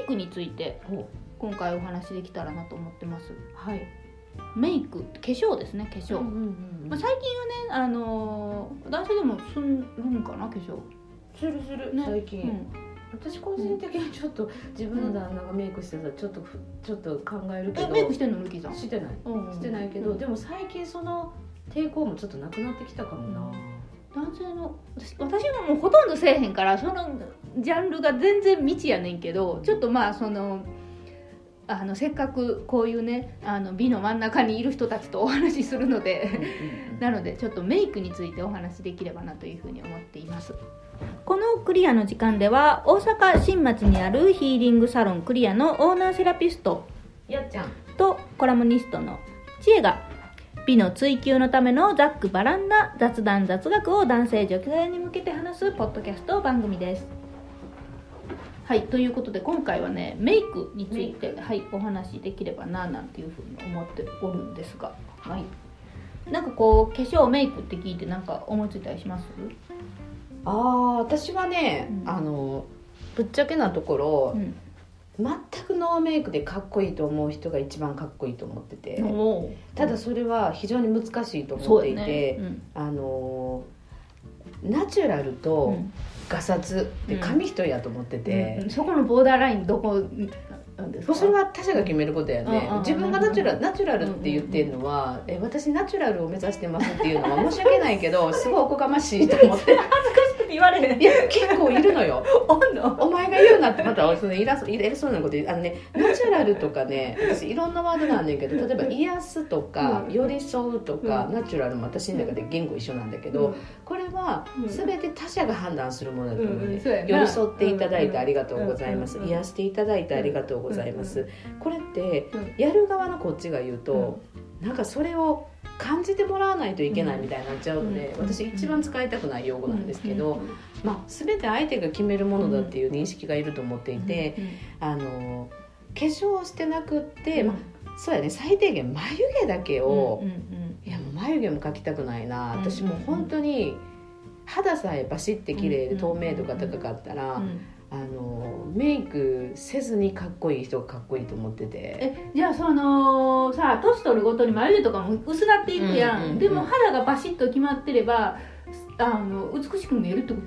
イクについて今回お話できたらなと思ってます。 はい。 メイク、化粧ですね、化粧。まあ、最近はね、男性でもするんかな、化粧。 する、ね、最近、私個人的にちょっと自分の旦那がメイクしてたらちょっと考えるけど。 メイクしてんのルキさん？ してないけど、でも最近その抵抗もちょっとなくなってきたかもな。 男性の私はもうほとんどせえへんから、そのジャンルが全然未知やねんけど、ちょっとまあせっかくこういうね美の真ん中にいる人たちとお話しするのでなのでちょっとメイクについてお話しできればなというふうに思っています。このクリアの時間では大阪新町にあるヒーリングサロンクリアのオーナーセラピストやっちゃんとコラムニストの知恵が美の追求のためのざっくばらんな雑談雑学を男性女性に向けて話すポッドキャスト番組です。はい、ということで今回はねメイクについて、はい、お話しできればななんていうふうに思っておるんですが、はい、なんかこう化粧メイクって聞いてなんか思いついたりします？ 私はね、ぶっちゃけなところ、全くノーメイクでかっこいいと思う人が一番かっこいいと思ってて、ただそれは非常に難しいと思っていて、ナチュラルとガサツで紙一重やと思ってて、 そこのボーダーラインどこなんですか？ それは他者が決めることやね。自分がナチュラルって言ってるのは、私ナチュラルを目指してますっていうのは申し訳ないけどすごいおこがましいと思って。 恥ずかしくて言われへん。 いや結構いるのよ。お前が言うなってまたその偉そうなこと言う。ナチュラルとかね、私いろんなワードなんだけど、例えば癒すとか寄り添うとか、ナチュラルも私の中で言語一緒なんだけど、これは全て他者が判断するものだと思うね。寄り添っていただいてありがとうございます、癒していただいてありがとうございます、これってやる側のこっちが言うと、なんかそれを感じてもらわないといけないみたいになっちゃうので、私一番使いたくない用語なんですけど、全て相手が決めるものだっていう認識がいると思っていて、化粧してなくって、そうやね、最低限眉毛だけを、いやもう眉毛も描きたくないな、私もう本当に肌さえバシッて綺麗で透明度が高かったら、メイクせずにかっこいい人がかっこいいと思ってて。 じゃあさ年取るごとに眉毛とかも薄なっていくやん、でも肌がバシッと決まってれば美しく見えるってこと？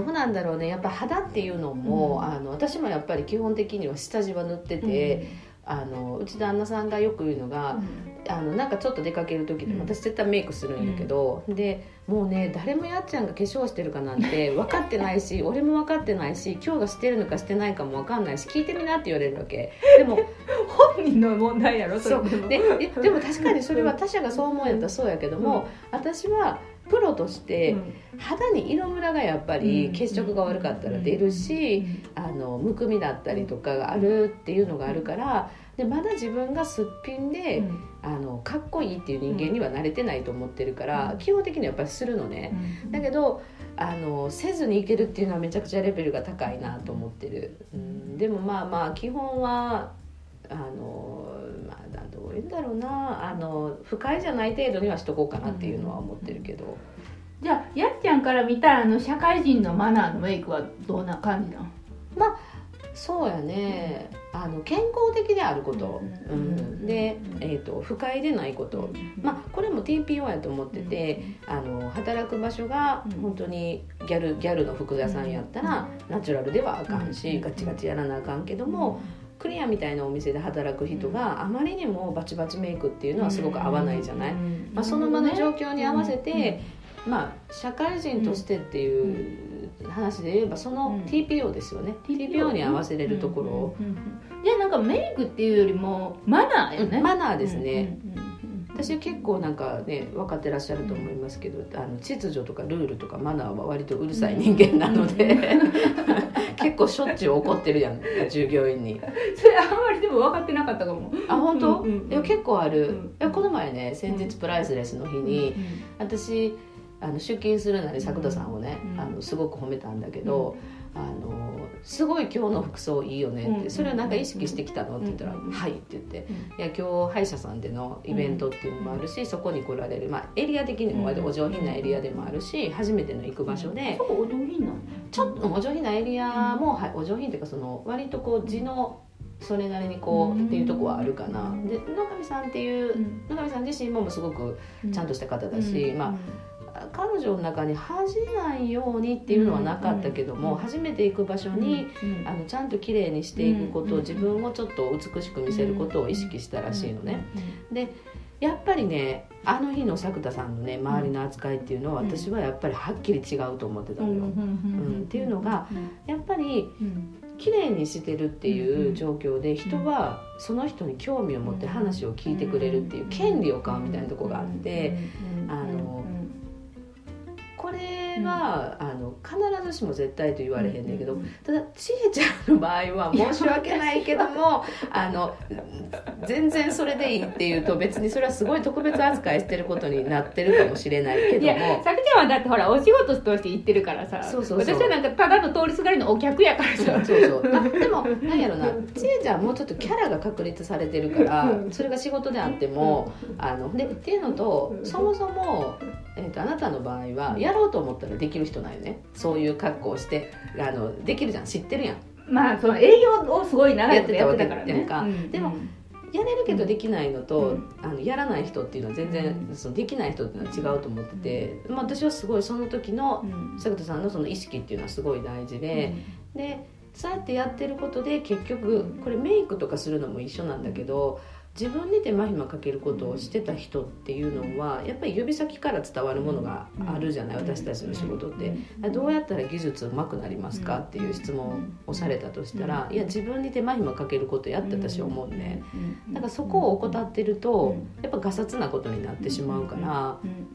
どうなんだろうね。やっぱ肌っていうのも、私もやっぱり基本的には下地は塗ってて、うち旦那さんがよく言うのが、なんかちょっと出かける時でも私絶対メイクするんやけど、でもうね誰もやっちゃんが化粧してるかなんて分かってないし俺も分かってないし今日がしてるのかしてないかも分かんないし聞いてみなって言われるわけ。でも本人の問題やろそれ。 そうでも確かにそれは他者がそう思うんやったらそうやけども、私はプロとして肌に色ムラがやっぱり血色が悪かったら出るし、むくみだったりとかがあるっていうのがあるから、でまだ自分がすっぴんで、かっこいいっていう人間には慣れてないと思ってるから、基本的にはやっぱりするのね、だけどせずにいけるっていうのはめちゃくちゃレベルが高いなと思ってる、でも基本はどういうんだろうな、不快じゃない程度にはしとこうかなっていうのは思ってるけど、 じゃあやっちゃんから見た社会人のマナーのメイクはどんな感じなの？ そうやね、健康的であること、で、不快でないこと、これも TPO やと思ってて、働く場所が本当にギャルの服屋さんやったらナチュラルではあかんし、ガチガチやらなあかんけども、クリアみたいなお店で働く人があまりにもバチバチメイクっていうのはすごく合わないじゃない、その場の状況に合わせて、社会人としてっていう話で言えばその TPO ですよね、TPO に合わせれるところを、 じゃあなんかメイクっていうよりもマナーよね、 マナーですね、私は結構なんかね分かってらっしゃると思いますけど、秩序とかルールとかマナーは割とうるさい人間なので、結構しょっちゅう怒ってるやん従業員に。 それあんまりでも分かってなかったかも。 本当？いや結構ある、この前ね先日プライスレスの日に、私出勤するなり作田さんをね、すごく褒めたんだけど、 すごい今日の服装いいよねって、それをなんか意識してきたのって言ったら、はいって言って、いや今日歯医者さんでのイベントっていうのもあるし、そこに来られる、エリア的にもお上品なエリアでもあるし、初めての行く場所で、 そこお上品なの？ ちょっとお上品なエリアも、お上品っていうかその割とこう地のそれなりにこうっていうとこはあるかな。で野上さんっていう野上さん自身もすごくちゃんとした方だし、彼女の中に恥じないようにっていうのはなかったけども、初めて行く場所にちゃんときれいにしていくこと、自分をちょっと美しく見せることを意識したらしいのね。でやっぱりね、あの日の作田さんのね周りの扱いっていうのは私はやっぱりはっきり違うと思ってたのよ。っていうのがやっぱり綺麗にしてるっていう状況で、人はその人に興味を持って話を聞いてくれるっていう権利を買うみたいなところがあって、これは必ずしも絶対と言われへんねんけど、ただちえちゃんの場合は申し訳ないけども全然それでいいっていうと、別にそれはすごい特別扱いしてることになってるかもしれないけども、いやさくちゃんはだってほらお仕事として行ってるからさ、私はなんかただの通りすがりのお客やからさ、 でもなんやろな、ちえちゃんもうちょっとキャラが確立されてるから、それが仕事であってもでっていうのと、そもそもあなたの場合はやろうと思ったらできる人なんよね。そういう格好をしてできるじゃん、知ってるやん。 その営業をすごい長いことやってたからね。 でもやれるけどできないのと、やらない人っていうのは全然、できない人っていうのは違うと思ってて、私はすごいその時の作田さんのその意識っていうのはすごい大事で、そうやってやってることで結局これメイクとかするのも一緒なんだけど、自分に手間暇かけることをしてた人っていうのはやっぱり指先から伝わるものがあるじゃない、私たちの仕事って。どうやったら技術うまくなりますかっていう質問をされたとしたら、いや自分に手間暇かけることやって私は思うんで、だからそこを怠ってるとやっぱガサツなことになってしまうから、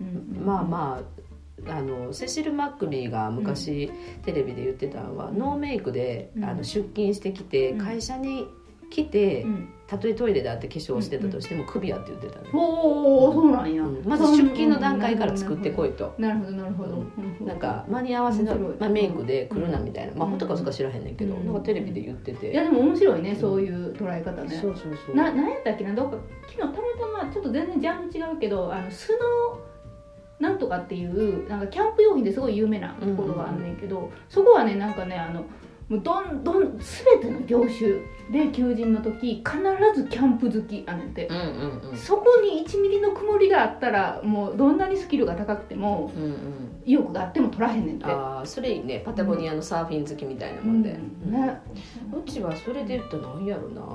セシル・マックビーが昔テレビで言ってたのは、ノーメイクで出勤してきて会社に来て、たとえトイレであって化粧してたとしてもクビやって言ってたね。 そうなんや。 まず出勤の段階から作ってこいと。 なるほどなるほど。 なんか間に合わせのメイクで来るなみたいな、本当かそうか知らへんねんけど、なんかテレビで言ってて。 いやでも面白いね、そういう捉え方ね。 そうなんやったっけな、どっか昨日たまたまちょっと全然ジャンル違うけど、スノーなんとかっていうなんかキャンプ用品ですごい有名なところがあんねんけど、そこはねなんかねもうどんどん全ての業種で求人の時必ずキャンプ好きあんねんて、そこに1ミリの曇りがあったらもうどんなにスキルが高くても、意欲があっても取らへんねんて。 それいいね、パタゴニアのサーフィン好きみたいなもんで、うちはそれで言ったら何やろな、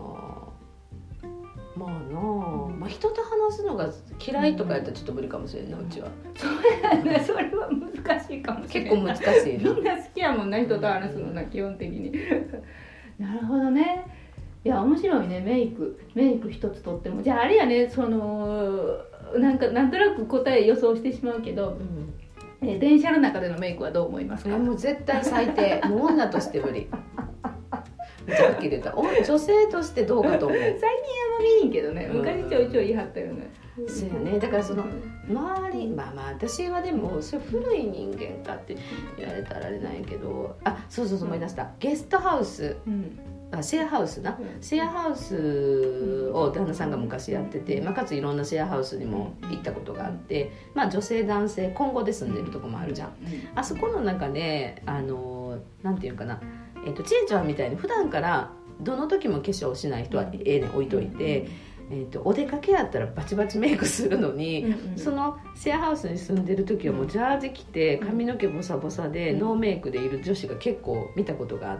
人と話すのが嫌いとかやったらちょっと無理かもしれんな、うちは。 それは難しいかもしれない。 結構難しいな。 みんな好きやもんな、人と話すのな、基本的に。なるほどね。いや面白いね、メイク一つとっても。じゃああれやね、なんとなく答え予想してしまうけど、電車の中でのメイクはどう思いますか？ もう絶対最低。もう女として無理。はっきり言った女性としてどうかと思う。 最近見んけどね、昔ちょいちょい言い張ったよね。 そうやね、だからその周り、私はでもそれ古い人間かって言われたらあれなんやけど、そう思い出した、ゲストハウス、シェアハウスな、シェアハウスを旦那さんが昔やってて、かついろんなシェアハウスにも行ったことがあって、女性男性混合で住んでるとこもあるじゃん。あそこの中でなんていうかな、ちえちゃんみたいに普段からどの時も化粧しない人は置いといて、お出かけやったらバチバチメイクするのに、そのシェアハウスに住んでる時はもうジャージ着て髪の毛ボサボサでノーメイクでいる女子が結構見たことがあって、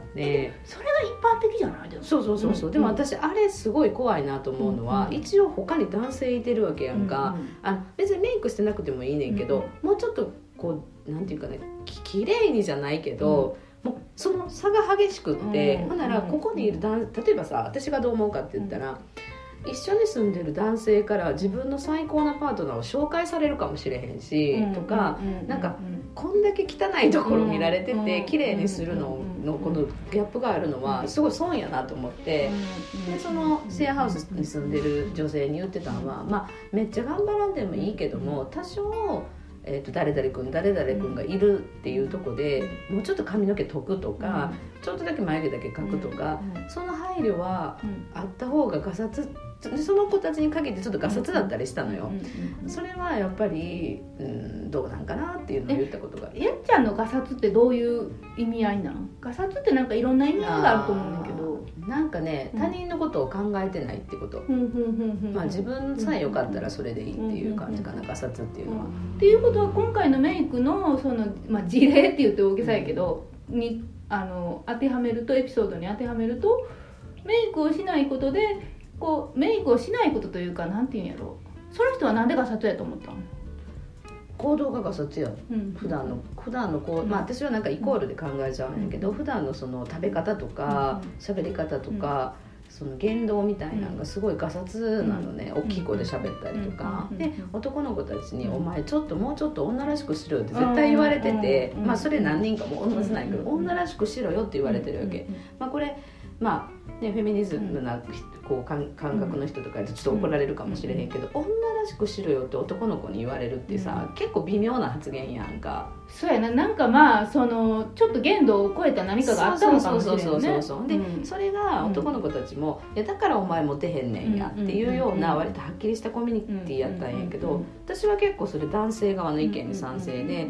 それが一般的じゃない？でもそう、でも私あれすごい怖いなと思うのは、一応他に男性いてるわけやんか、別にメイクしてなくてもいいねんけど、もうちょっとこうなんていうかね、きれいにじゃないけど、もうその差が激しくって、ほんならここにいる例えばさ、私がどう思うかって言ったら、一緒に住んでる男性から自分の最高なパートナーを紹介されるかもしれへんし、とか、なんかこんだけ汚いところ見られてて綺麗にするののこのギャップがあるのはすごい損やなと思って、でそのシェアハウスに住んでる女性に言ってたのは、めっちゃ頑張らんでもいいけども、多少誰々君誰々君がいるっていうとこで、もうちょっと髪の毛解くとか、ちょっとだけ眉毛だけ描くとか、その配慮はあった方がガサツ、その子たちに限ってちょっとガサツだったりしたのよ。それはやっぱり、どうなんかなっていうのを言ったことが。 やっちゃんのガサツってどういう意味合いなの？ガサツってなんかいろんな意味合いがあると思うんだけど、 なんかね、他人のことを考えてないってこと、まあ自分さえよかったらそれでいいっていう感じかな、ガサツっていうのは。 っていうことは今回のメイクのその、事例って言って大げさやけど、に当てはめると、エピソードに当てはめると、メイクをしないことでこうメイクをしないことというか、なんていうんやろう、その人はなんでガサツやと思ったの？ 行動がガサツや、普段のこう、私はなんかイコールで考えちゃうんやけど、普段のその食べ方とか喋り方とか、その言動みたいなのがすごいガサツなのね、大きい声で喋ったりとか、で男の子たちに「お前ちょっともうちょっと女らしくしろよ」って絶対言われてて、それ何人かも同じなんやけど、女らしくしろよって言われてるわけ。これフェミニズムなこう感覚の人とかでちょっと怒られるかもしれへんけど、女らしくしろよって男の子に言われるってさ、結構微妙な発言やんか。 そうやな、なんかそのちょっと限度を超えた何かがあったのかもしれないね。 でそれが男の子たちも「いやだからお前モテへんねんや」っていうような割とはっきりしたコミュニティやったんやけど、私は結構それ男性側の意見に賛成で、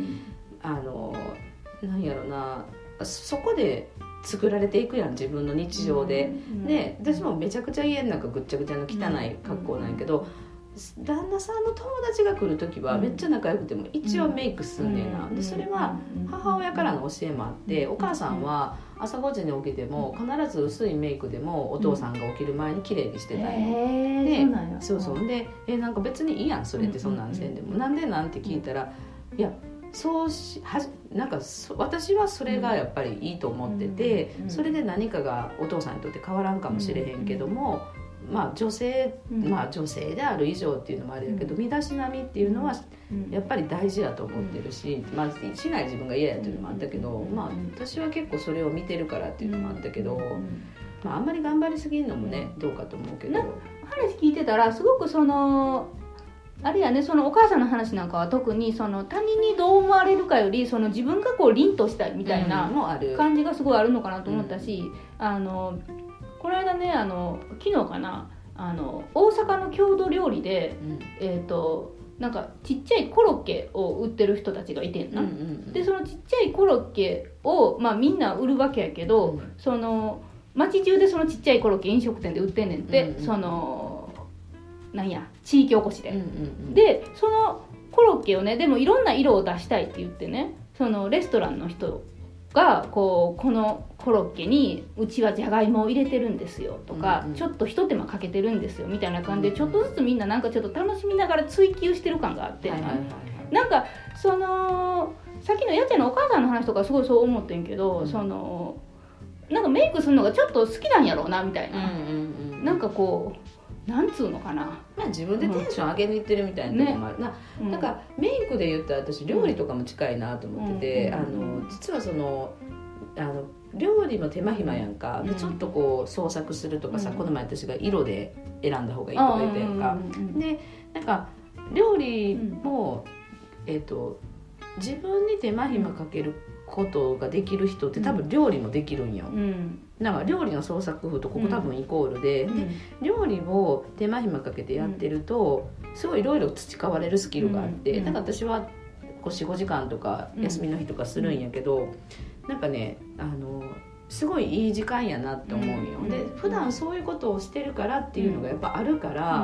なんやろな、そこで作られていくやん、自分の日常で。で私もめちゃくちゃ家の中ぐっちゃぐちゃの汚い格好なんやけど、旦那さんの友達が来る時はめっちゃ仲良くても一応メイクすんねんな。でそれは母親からの教えもあって、お母さんは朝5時に起きても必ず薄いメイクでもお父さんが起きる前に綺麗にしてたよ。でそうでなんか別にいいやんそれって、そんなんせんでも。なんでなんて聞いたら、いやなんか私はそれがやっぱりいいと思ってて、それで何かがお父さんにとって変わらんかもしれへんけども、女性である以上っていうのもあるけど、身だしなみっていうのはやっぱり大事だと思ってるし、しない自分が嫌やっていうのもあったけど、私は結構それを見てるからっていうのもあったけど、あんまり頑張りすぎるのもねどうかと思うけど。 話聞いてたらすごくそのあれやね、そのお母さんの話なんかは特にその他人にどう思われるかより、その自分がこう凛としたいみたいな感じがすごいあるのかなと思ったし、この間ね、昨日かな、大阪の郷土料理で、なんかちっちゃいコロッケを売ってる人たちがいてんな、でそのちっちゃいコロッケを、みんな売るわけやけど、その街中でそのちっちゃいコロッケ飲食店で売ってんねんって、そのなんや地域おこしで、でそのコロッケをね、でもいろんな色を出したいって言ってね、そのレストランの人がこのコロッケにうちはじゃがいもを入れてるんですよとか、ちょっとひと手間かけてるんですよみたいな感じで、ちょっとずつみんななんかちょっと楽しみながら追求してる感があって、なんかそのさっきのやっちゃんのお母さんの話とかすごいそう思ってんけど、そのなんかメイクするのがちょっと好きなんやろうなみたいな、なんかこうなんつうのかな、 自分でテンション上げにいってるみたいなとこもある、なんかメイクで言ったら私料理とかも近いなと思ってて、実はその料理も手間暇やんか、でちょっとこう創作するとかさ、この前私が色で選んだ方がいいとか言ったやんか、でなんか料理も、自分に手間暇かけることができる人って多分料理もできるんよ、なんか料理の創作風とここ多分イコールで、料理を手間暇かけてやってるとすごいいろいろ培われるスキルがあって、だから私は4,5時間とか休みの日とかするんやけど、なんかねすごいいい時間やなって思うよ、で普段そういうことをしてるからっていうのがやっぱあるから、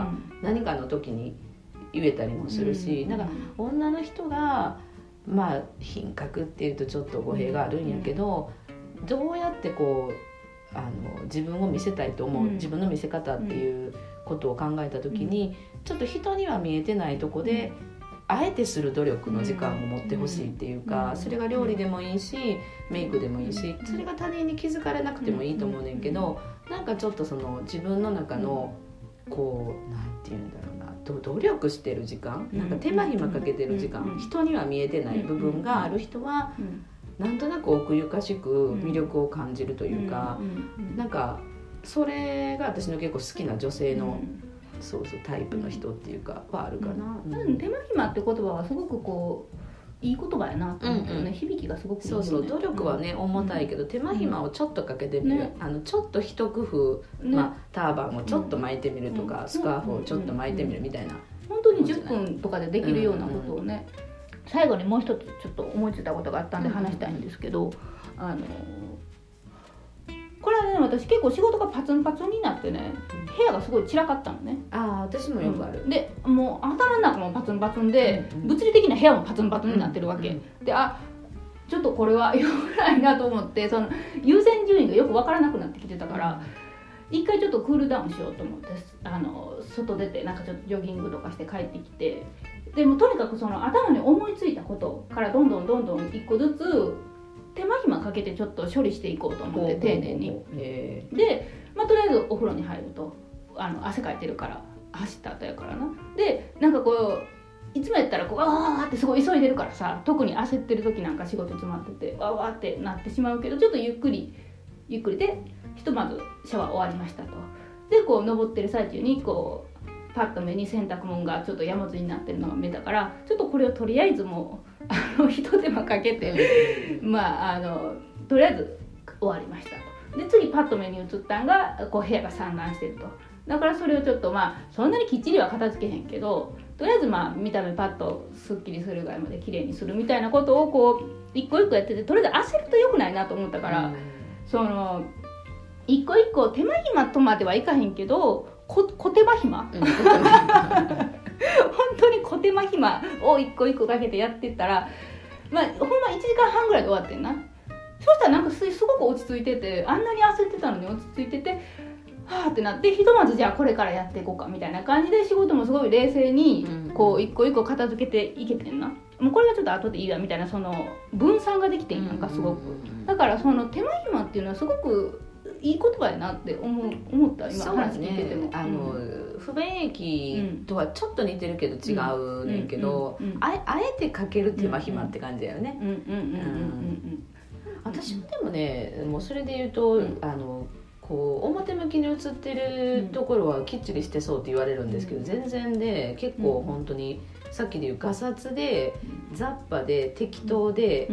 何かの時に言えたりもするし、なんか女の人が品格っていうとちょっと語弊があるんやけど、どうやってこう自分を見せたいと思う、自分の見せ方っていうことを考えた時に、ちょっと人には見えてないとこであえてする努力の時間を持ってほしいっていうか、それが料理でもいいしメイクでもいいし、それが他人に気づかれなくてもいいと思うねんけど、なんかちょっとその自分の中のこうなんて言うんだろうな、努力してる時間、なんか手間暇かけてる時間、人には見えてない部分がある人はなんとなく奥ゆかしく魅力を感じるというか、なんかそれが私の結構好きな女性のそうタイプの人っていうかはあるかな、 手間暇って言葉はすごくこういい言葉やなと思うけどね、響きがすごくいいよね。 そう努力はね、重たいけど手間暇をちょっとかけてみる、ね、ちょっと一工夫、ターバンをちょっと巻いてみるとか、スカーフをちょっと巻いてみるみたいな、 本当に10分とかでできるようなことをね、最後にもう一つちょっと思いついたことがあったんで話したいんですけど、これはね、私結構仕事がパツンパツンになってね、部屋がすごい散らかったのね。 私もよくある、 でもう頭の中もパツンパツンで、物理的な部屋もパツンパツンになってるわけ、でちょっとこれは良くないなと思って、その優先順位がよく分からなくなってきてたから、一回ちょっとクールダウンしようと思って外出てなんかちょっとジョギングとかして帰ってきて、でもとにかくその頭に思いついたことからどんどん一個ずつ手間暇かけてちょっと処理していこうと思って、丁寧に。で、とりあえずお風呂に入ると汗かいてるから、走った後やからな。でなんかこういつもやったらこうわーってすごい急いでるからさ、特に焦ってる時なんか仕事詰まっててわーってなってしまうけど、ちょっとゆっくりでひとまずシャワー終わりましたと。でこう登ってる最中にこうパッと目に洗濯物がちょっと山積みになってるのが見えたから、ちょっとこれをとりあえずもうひと手間かけてとりあえず終わりましたと。で次パッと目に映ったんがこう部屋が散乱してると。だからそれをちょっとそんなにきっちりは片付けへんけど、とりあえず見た目パッとすっきりするぐらいまで綺麗にするみたいなことをこう一個一個やってて、とりあえず焦ると良くないなと思ったから、その一個一個手間暇とまではいかへんけど小手間暇本当に小手間暇を一個一個かけてやってったら、ほんま1時間半ぐらいで終わってんな。そしたらなんかすごく落ち着いてて、あんなに焦ってたのに落ち着いてて、はーってなって、ひとまずじゃあこれからやっていこうかみたいな感じで仕事もすごい冷静にこう一個一個片付けていけてんな。もうこれはちょっと後でいいわみたいな、その分散ができてんやんか、すごく。だからその手間暇っていうのはすごくいい言葉やなって思った今話聞いてても。 不便益とはちょっと似てるけど違うねんけど、あえてかける手間暇って感じだよね。私もでもね、もうそれで言うと、こう表向きに映ってるところはきっちりしてそうって言われるんですけど、全然で結構本当にさっきで言うガサツで雑把で適当で、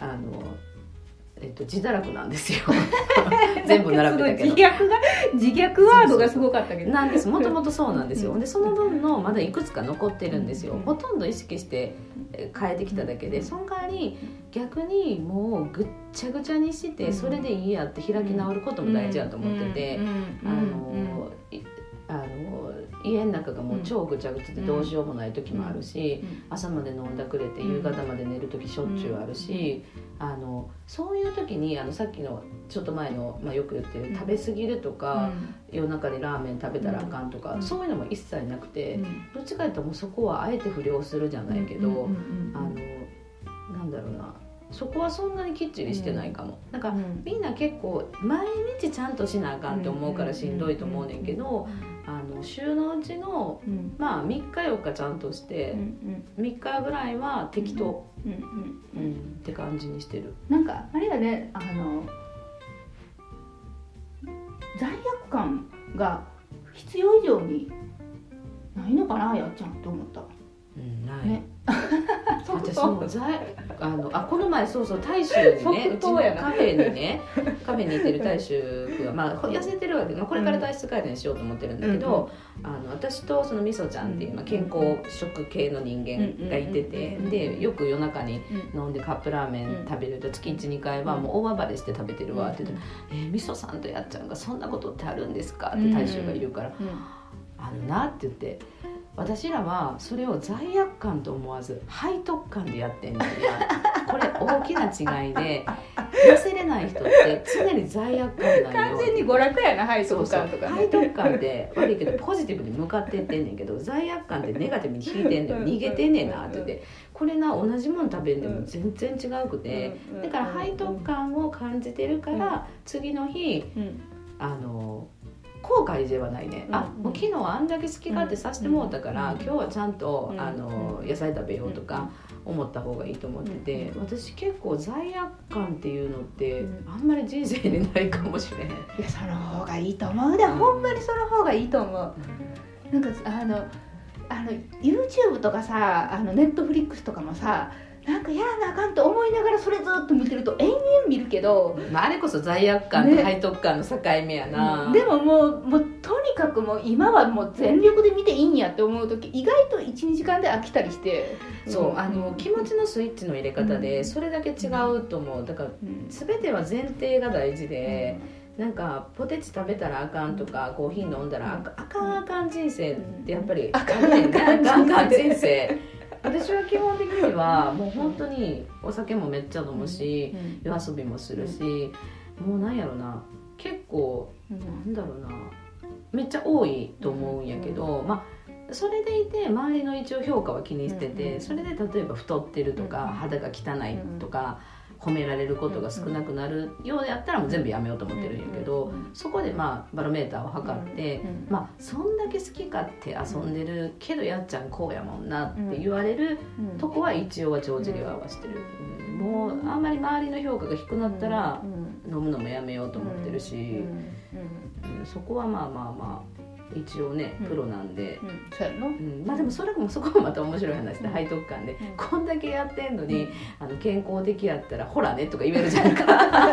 自堕落なんですよ全部並べたけど自虐ワードがすごかったけどなんです。もともとそうなんですよ。でその分のまだいくつか残ってるんですよ。ほとんど意識して変えてきただけで、その代わり逆にもうぐっちゃぐちゃにしてそれでいいやって開き直ることも大事だと思ってて、家の中がもう超ぐちゃぐちゃでどうしようもない時もあるし、朝まで飲んだくれて夕方まで寝る時しょっちゅうあるし、そういう時にさっきのちょっと前の、よく言ってる食べ過ぎるとか、夜中にラーメン食べたらあかんとか、そういうのも一切なくて、どっちかというともうそこはあえて不良するじゃないけど、なんだろうな、そこはそんなにきっちりしてないかも。なんかみんな結構毎日ちゃんとしなあかんって思うからしんどいと思うねんけど、週のうちの、3日4日ちゃんとして、3日ぐらいは適当って感じにしてる。 なんかあれやね、罪悪感が必要以上にないのかな、やっちゃんって思った。 ないね私もこの前そう大衆にね、うちのカフェに行ってる大衆君は、痩せてるわけで、これから体質改善しようと思ってるんだけど、私とそのみそちゃんっていう、健康食系の人間がいてて、でよく夜中に飲んでカップラーメン食べると月 1,2 回はもう大暴れして食べてるわって言ってみそさんとやっちゃんがそんなことってあるんですかって大衆が言うから、なって言って。私らはそれを罪悪感と思わず背徳感でやってんのや。これ大きな違いで、痩せれない人って常に罪悪感なんよ。 完全に娯楽やな、背徳感とか、ね、 背徳感って悪いけどポジティブに向かっていってんねんけど、罪悪感ってネガティブに引いてんのよ。逃げてんねんなって言って、これな同じもの食べんでも全然違うくて、だから背徳感を感じてるから、次の日後悔ではないね、もう昨日あんだけ好き勝手させてもらったから、今日はちゃんと野菜食べようとか思った方がいいと思ってて、私結構罪悪感っていうのってあんまり人生にないかもしれへん。いや、その方がいいと思うで、ほんまにその方がいいと思う。 なんかYouTube とかさNetflix とかもさなんかやらなあかんと思いながらそれずっと見てると延々見るけど、 あれこそ罪悪感と背徳感の境目やな、 でももうとにかくもう今はもう全力で見ていいんやって思う時意外と 1,2 時間で飽きたりして、 そう気持ちのスイッチの入れ方でそれだけ違うと思う。だから全ては前提が大事で、なんかポテチ食べたらあかんとかコーヒー飲んだらあかん人生ってやっぱりあかん人生私は基本的にはもう本当にお酒もめっちゃ飲むし、夜遊びもするし、もうなんやろな結構なんだろうなめっちゃ多いと思うんやけど、それでいて周りの一応評価は気にしてて、それで例えば太ってるとか肌が汚いとか褒められることが少なくなるようでやったらもう全部やめようと思ってるんやけど、そこでバロメーターを測って、そんだけ好き勝手遊んでるけどやっちゃんこうやもんなって言われるとこは一応は帳尻を合わせてる、もうあんまり周りの評価が低くなったら飲むのもやめようと思ってるし、そこは一応ねプロなんで、 そうやの、 でもそこもまた面白い話で、背徳感で、こんだけやってんのに健康的やったらほらねとか言えるじゃんか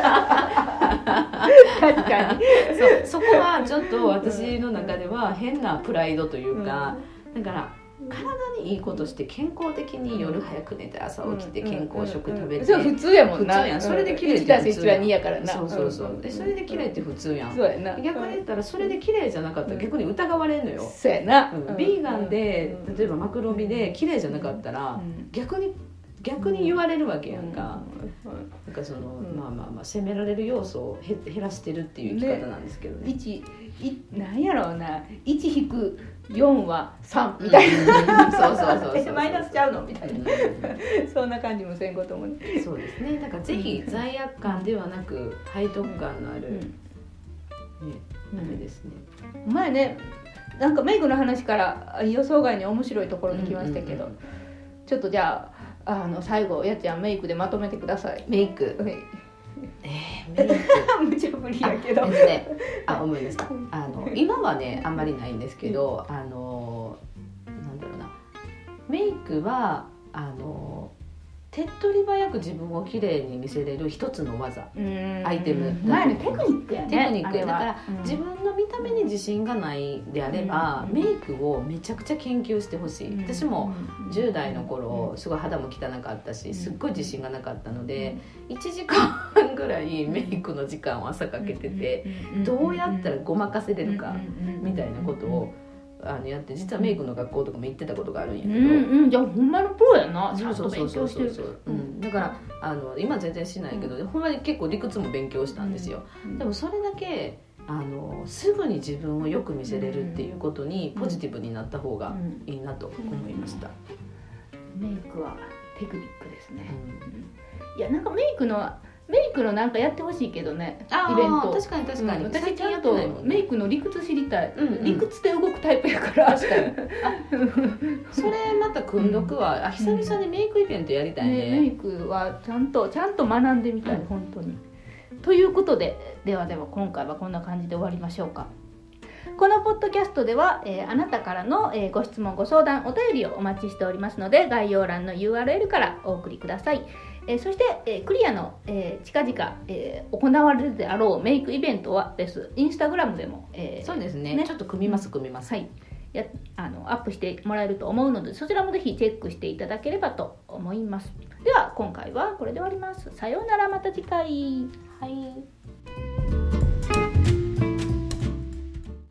確かにそこはちょっと私の中では変なプライドというか、だから体にいいことして健康的に夜早く寝て朝起きて健康食食べて、 そう普通やもんな。 普通やん。それで綺麗って普通やん。 1+1は2やからな。 そうでそれで綺麗って普通やん。 そうやな。 逆に言ったらそれで綺麗じゃなかったら逆に疑われんのよ。 そうやな。 ビーガンで例えばマクロビで綺麗じゃなかったら逆に言われるわけやんか。なんかその責められる要素を減らしてるっていう生き方なんですけどね。 なんやろうな、1-4は3みたいな、そうマイナスちゃうのみたいな、そんな感じもせんこともね。 そうですね。だからぜひ罪悪感ではなく背徳感のあるあれですね。 前ね、なんかメイクの話から予想外に面白いところに来ましたけど、ちょっとじゃあ最後やっちゃんメイクでまとめてください。 メイクメイク無茶ぶりやけど、 思い出した。今はねあんまりないんですけど、なんだろうな、メイクは手っ取り早く自分を綺麗に見せれる一つの技、アイテム、 前のテクニックやね。 テクニックだから、自分の見た目に自信がないであれば、メイクをめちゃくちゃ研究してほしい。私も10代の頃すごい肌も汚かったし、すっごい自信がなかったので、1時間半ぐらいメイクの時間を朝かけてて、どうやったらごまかせれるかみたいなことをやって、実はメイクの学校とかも行ってたことがあるんやけど、 じゃあほんまのプロやな。 そうだから今全然しないけど、ほんまに結構理屈も勉強したんですよ。でもそれだけすぐに自分をよく見せれるっていうことにポジティブになった方がいいなと思いました。 メイクはテクニックですね。いやなんかメイクのなんかやってほしいけどね、イベント。確かに、私ちゃんとメイクの理屈知りたい、理屈で動くタイプやから。確かにそれまた組んどくわ。久々にメイクイベントやりたいね。 メイクはちゃんと学んでみたい、本当に。ということで、では今回はこんな感じで終わりましょうか。このポッドキャストでは、あなたからの、ご質問ご相談お便りをお待ちしておりますので、概要欄の URL からお送りください。そして、クリアの、近々、行われるであろうメイクイベントはですインスタグラムでも、 そうですね、ちょっと組みます、 はい、アップしてもらえると思うので、そちらもぜひチェックしていただければと思います。では今回はこれで終わります。さようなら、また次回。はい。